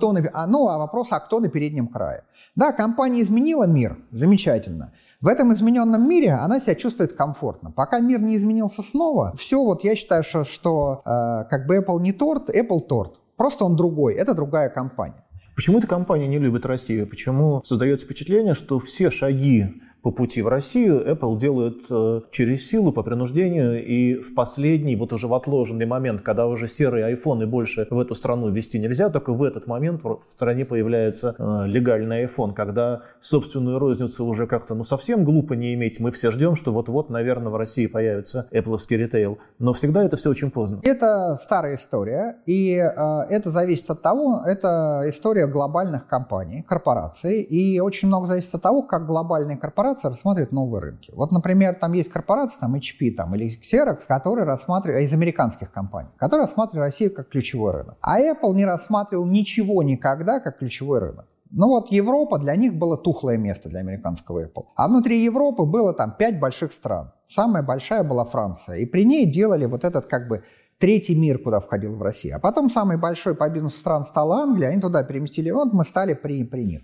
вопрос, а кто на переднем крае? Да, компания изменила мир, замечательно. В этом измененном мире она себя чувствует комфортно. Пока мир не изменился снова, все, я считаю, что Apple не торт, Apple торт. Просто он другой, это другая компания. Почему эта компания не любит Россию? Почему создается впечатление, что все шаги по пути в Россию Apple делает через силу, по принуждению, и в последний, уже в отложенный момент, когда уже серые айфоны больше в эту страну везти нельзя, только в этот момент в стране появляется легальный iPhone, когда собственную розницу уже как-то совсем глупо не иметь. Мы все ждем, что вот-вот, наверное, в России появится Apple'овский ритейл. Но всегда это все очень поздно. Это старая история, и это зависит от того, это история глобальных компаний, корпораций, и очень много зависит от того, как глобальные корпорации рассматривают новые рынки. Например, там есть корпорации, HP или Xerox, которые рассматривают, из американских компаний, которые рассматривают Россию как ключевой рынок. А Apple не рассматривал ничего никогда как ключевой рынок. Европа для них было тухлое место для американского Apple. А внутри Европы было 5 больших стран. Самая большая была Франция. И при ней делали этот третий мир, куда входил в Россию. А потом самый большой по бизнесу стран стала Англия, они туда переместили, мы стали при них.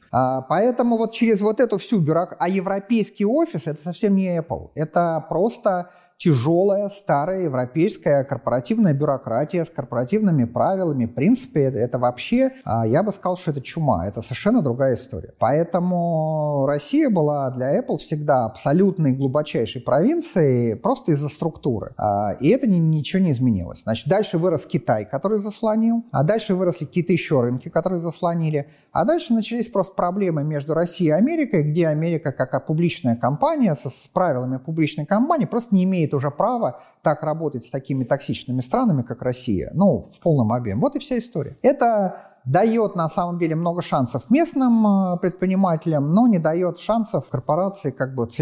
Поэтому через эту всю бюрократию... А европейский офис — это совсем не Apple. Это просто тяжелая, старая европейская корпоративная бюрократия с корпоративными правилами. В принципе, это вообще, я бы сказал, что это чума. Это совершенно другая история. Поэтому Россия была для Apple всегда абсолютной глубочайшей провинцией просто из-за структуры. И это ничего не изменилось. Значит, дальше вырос Китай, который заслонил, а дальше выросли какие-то еще рынки, которые заслонили. А дальше начались просто проблемы между Россией и Америкой, где Америка, как публичная компания, с правилами публичной компании, просто не имеет уже права так работать с такими токсичными странами, как Россия, в полном объеме. Вот и вся история. Это дает на самом деле много шансов местным предпринимателям, но не дает шансов корпорации,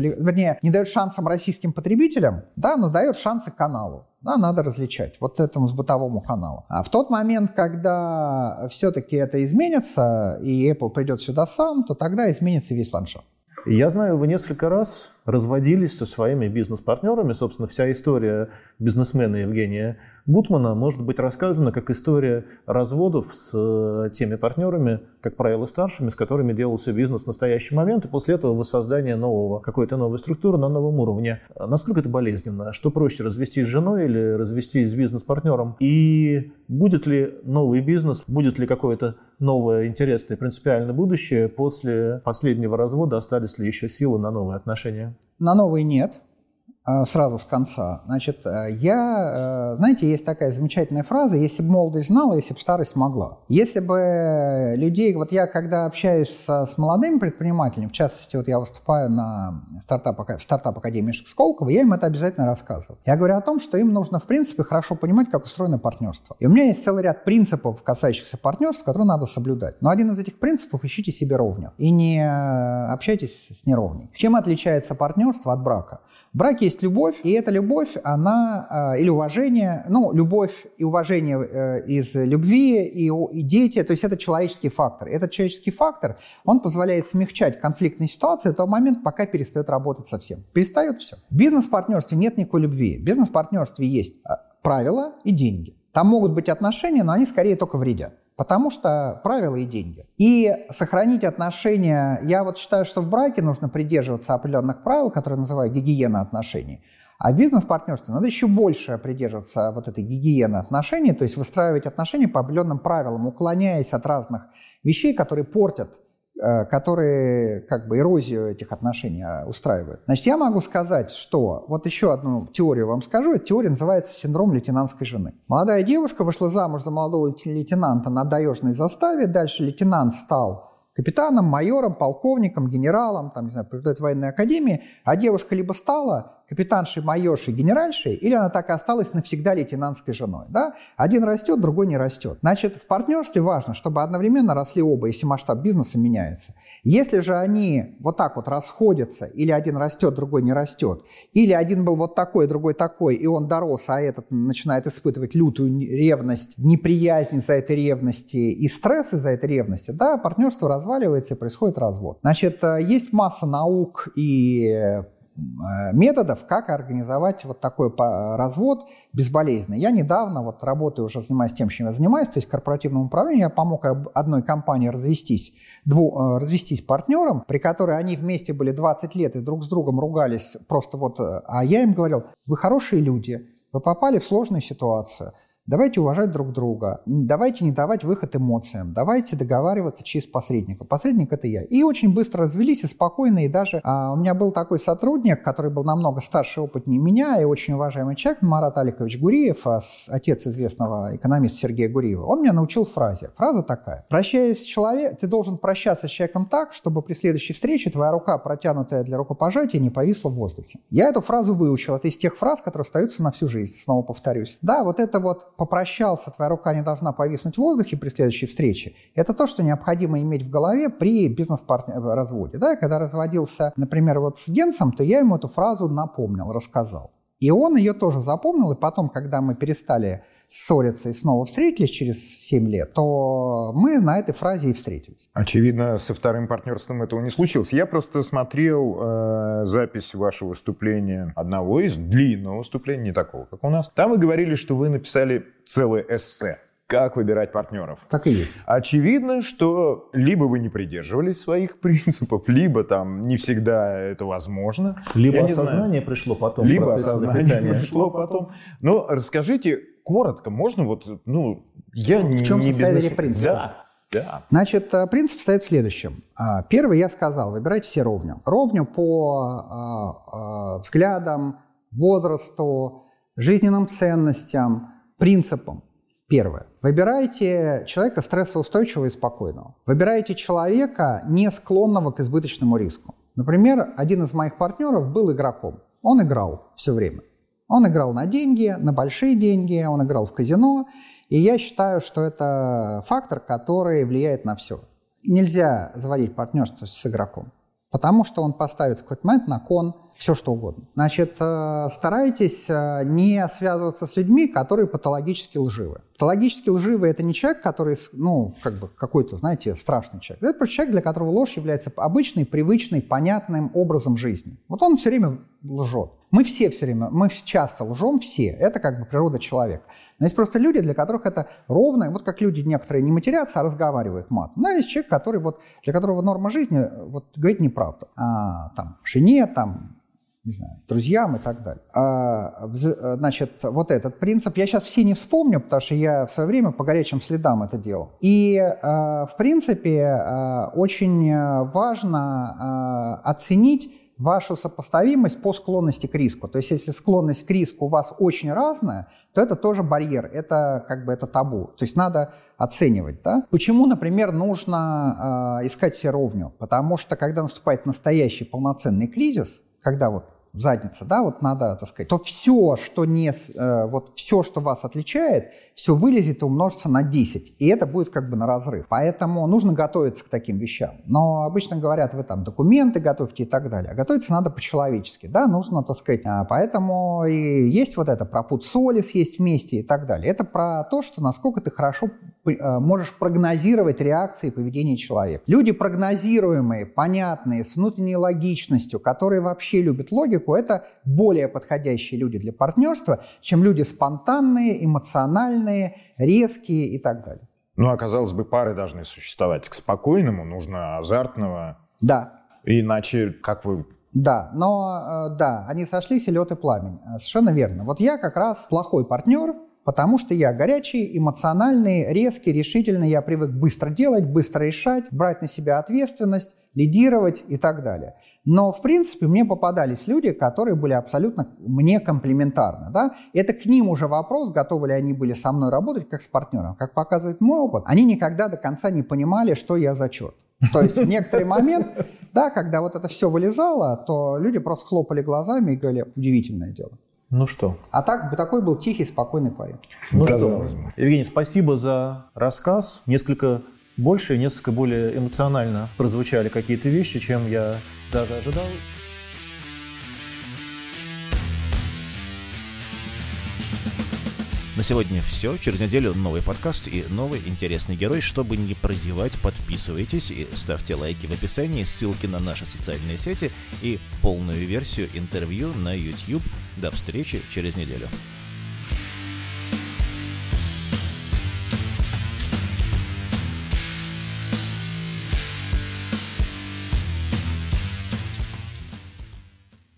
не дает шансам российским потребителям, да, но дает шансы каналу. Да, надо различать, вот этому с бытовому каналу. А в тот момент, когда все-таки это изменится, и Apple придет сюда сам, то тогда изменится весь ландшафт. Я знаю, вы несколько раз разводились со своими бизнес-партнерами. Собственно, вся история бизнесмена Евгения Бутмана может быть рассказана как история разводов с теми партнерами, как правило, старшими, с которыми делался бизнес в настоящий момент, и после этого воссоздание какой-то новой структуры на новом уровне. Насколько это болезненно? Что проще, развестись с женой или развестись с бизнес-партнером? И будет ли новый бизнес, будет ли какое-то новое, интересное, принципиальное будущее после последнего развода? Остались ли еще силы на новые отношения? На новые нет. Сразу с конца. Значит, знаете, есть такая замечательная фраза: если бы молодость знала, если бы старость могла. Если бы людей, я когда общаюсь с молодыми предпринимателями, в частности, я выступаю на стартап-академии Сколково, я им это обязательно рассказываю. Я говорю о том, что им нужно, в принципе, хорошо понимать, как устроено партнерство. И у меня есть целый ряд принципов, касающихся партнерства, которые надо соблюдать. Но один из этих принципов — ищите себе ровню и не общайтесь с неровней. Чем отличается партнерство от брака? В браке есть любовь, и эта любовь, или уважение, любовь и уважение из любви и дети, то есть это человеческий фактор. Этот человеческий фактор, он позволяет смягчать конфликтные ситуации до того момента, пока перестает работать совсем. Перестает все. В бизнес-партнерстве нет никакой любви. В бизнес-партнерстве есть правила и деньги. Там могут быть отношения, но они скорее только вредят. Потому что правила и деньги. И сохранить отношения, я считаю, что в браке нужно придерживаться определенных правил, которые называют гигиена отношений. А в бизнес-партнерстве надо еще больше придерживаться этой гигиены отношений, то есть выстраивать отношения по определенным правилам, уклоняясь от разных вещей, которые портят, которые эрозию этих отношений устраивают. Значит, я могу сказать, что еще одну теорию вам скажу. Эта теория называется синдром лейтенантской жены. Молодая девушка вышла замуж за молодого лейтенанта на таежной заставе. Дальше лейтенант стал капитаном, майором, полковником, генералом, преподает в военной академии, а девушка либо стала капитаншей, майоршей, генеральшей, или она так и осталась навсегда лейтенантской женой. Да? Один растет, другой не растет. Значит, в партнерстве важно, чтобы одновременно росли оба, если масштаб бизнеса меняется. Если же они расходятся, или один растет, другой не растет, или один был такой, другой такой, и он дорос, а этот начинает испытывать лютую ревность, неприязнь из-за этой ревности и стресс из-за этой ревности, да, партнерство разваливается и происходит развод. Значит, есть масса наук и методов, как организовать такой развод безболезненно. Я недавно работаю, уже занимаюсь тем, чем я занимаюсь, то есть корпоративным управлением. Я помог одной компании развестись партнерам, при которой они вместе были 20 лет и друг с другом ругались просто а я им говорил: вы хорошие люди, вы попали в сложную ситуацию, давайте уважать друг друга, давайте не давать выход эмоциям, давайте договариваться через посредника. Посредник — это я. И очень быстро развелись, и спокойно, и даже у меня был такой сотрудник, который был намного старше и опытнее меня, и очень уважаемый человек, Марат Аликович Гуриев, отец известного экономиста Сергея Гуриева. Он меня научил фразе. Фраза такая: прощаясь с человеком, ты должен прощаться с человеком так, чтобы при следующей встрече твоя рука, протянутая для рукопожатия, не повисла в воздухе. Я эту фразу выучил. Это из тех фраз, которые остаются на всю жизнь. Снова повторюсь. Да, попрощался, твоя рука не должна повиснуть в воздухе при следующей встрече. Это то, что необходимо иметь в голове при бизнес-разводе. Да, когда разводился, например, с Генсом, то я ему эту фразу напомнил, рассказал. И он ее тоже запомнил, и потом, когда мы перестали ссориться и снова встретились через 7 лет, то мы на этой фразе и встретились. Очевидно, со вторым партнерством этого не случилось. Я просто смотрел запись вашего выступления, одного из длинного выступления, не такого, как у нас. Там вы говорили, что вы написали целое эссе как выбирать партнеров. Так и есть. Очевидно, что либо вы не придерживались своих принципов, либо там не всегда это возможно. Либо осознание пришло потом. Либо осознание пришло потом. Но расскажите коротко, можно вот, я в чем состоит этих принципов? Да. Значит, принцип состоит в следующем. Первый я сказал, выбирайте себе ровню. Ровню по взглядам, возрасту, жизненным ценностям, принципам. Первое. Выбирайте человека стрессоустойчивого и спокойного. Выбирайте человека, не склонного к избыточному риску. Например, один из моих партнеров был игроком. Он играл все время. Он играл на деньги, на большие деньги, он играл в казино. И я считаю, что это фактор, который влияет на все. Нельзя заводить партнерство с игроком, потому что он поставит в какой-то момент на кон все, что угодно. Значит, старайтесь не связываться с людьми, которые патологически лживы. Патологически лживый – это не человек, который, какой-то, знаете, страшный человек. Это просто человек, для которого ложь является обычной, привычной, понятным образом жизни. Вот он все время лжет. Мы часто лжем, все. Это природа человека. Но есть просто люди, для которых это ровно, вот как люди некоторые не матерятся, а разговаривают матом. Но есть человек, для которого норма жизни говорить неправду. Жене, не знаю, друзьям и так далее. Значит, вот этот принцип, я сейчас все не вспомню, потому что я в свое время по горячим следам это делал. И, в принципе, очень важно оценить вашу сопоставимость по склонности к риску. То есть, если склонность к риску у вас очень разная, то это тоже барьер, это это табу. То есть, надо оценивать. Да? Почему, например, нужно искать себе ровню? Потому что, когда наступает настоящий полноценный кризис, когда задница, надо, то все, все, что вас отличает, все вылезет и умножится на 10. И это будет на разрыв. Поэтому нужно готовиться к таким вещам. Но обычно говорят, вы документы готовьте и так далее. А готовиться надо по-человечески. Да, нужно, поэтому и есть это про пуд соли съесть вместе и так далее. Это про то, что насколько ты хорошо можешь прогнозировать реакции и поведение человека. Люди прогнозируемые, понятные, с внутренней логичностью, которые вообще любят логику, это более подходящие люди для партнерства, чем люди спонтанные, эмоциональные, резкие и так далее. Казалось бы, пары должны существовать. К спокойному нужно азартного. Да. Иначе, как вы... Да, они сошлись, и лед и пламень. Совершенно верно. Я как раз плохой партнер, потому что я горячий, эмоциональный, резкий, решительный, я привык быстро делать, быстро решать, брать на себя ответственность, лидировать и так далее. Но, в принципе, мне попадались люди, которые были абсолютно мне комплементарны. Да? Это к ним уже вопрос, готовы ли они были со мной работать как с партнером. Как показывает мой опыт, они никогда до конца не понимали, что я за черт. То есть в некоторый момент, когда это все вылезало, то люди просто хлопали глазами и говорили: удивительное дело. Ну что? А такой был тихий, спокойный парень. Евгений, спасибо за рассказ. Несколько больше, несколько более эмоционально прозвучали какие-то вещи, чем я даже ожидал. На сегодня все. Через неделю новый подкаст и новый интересный герой. Чтобы не прозевать, подписывайтесь и ставьте лайки в описании, ссылки на наши социальные сети и полную версию интервью на YouTube. До встречи через неделю.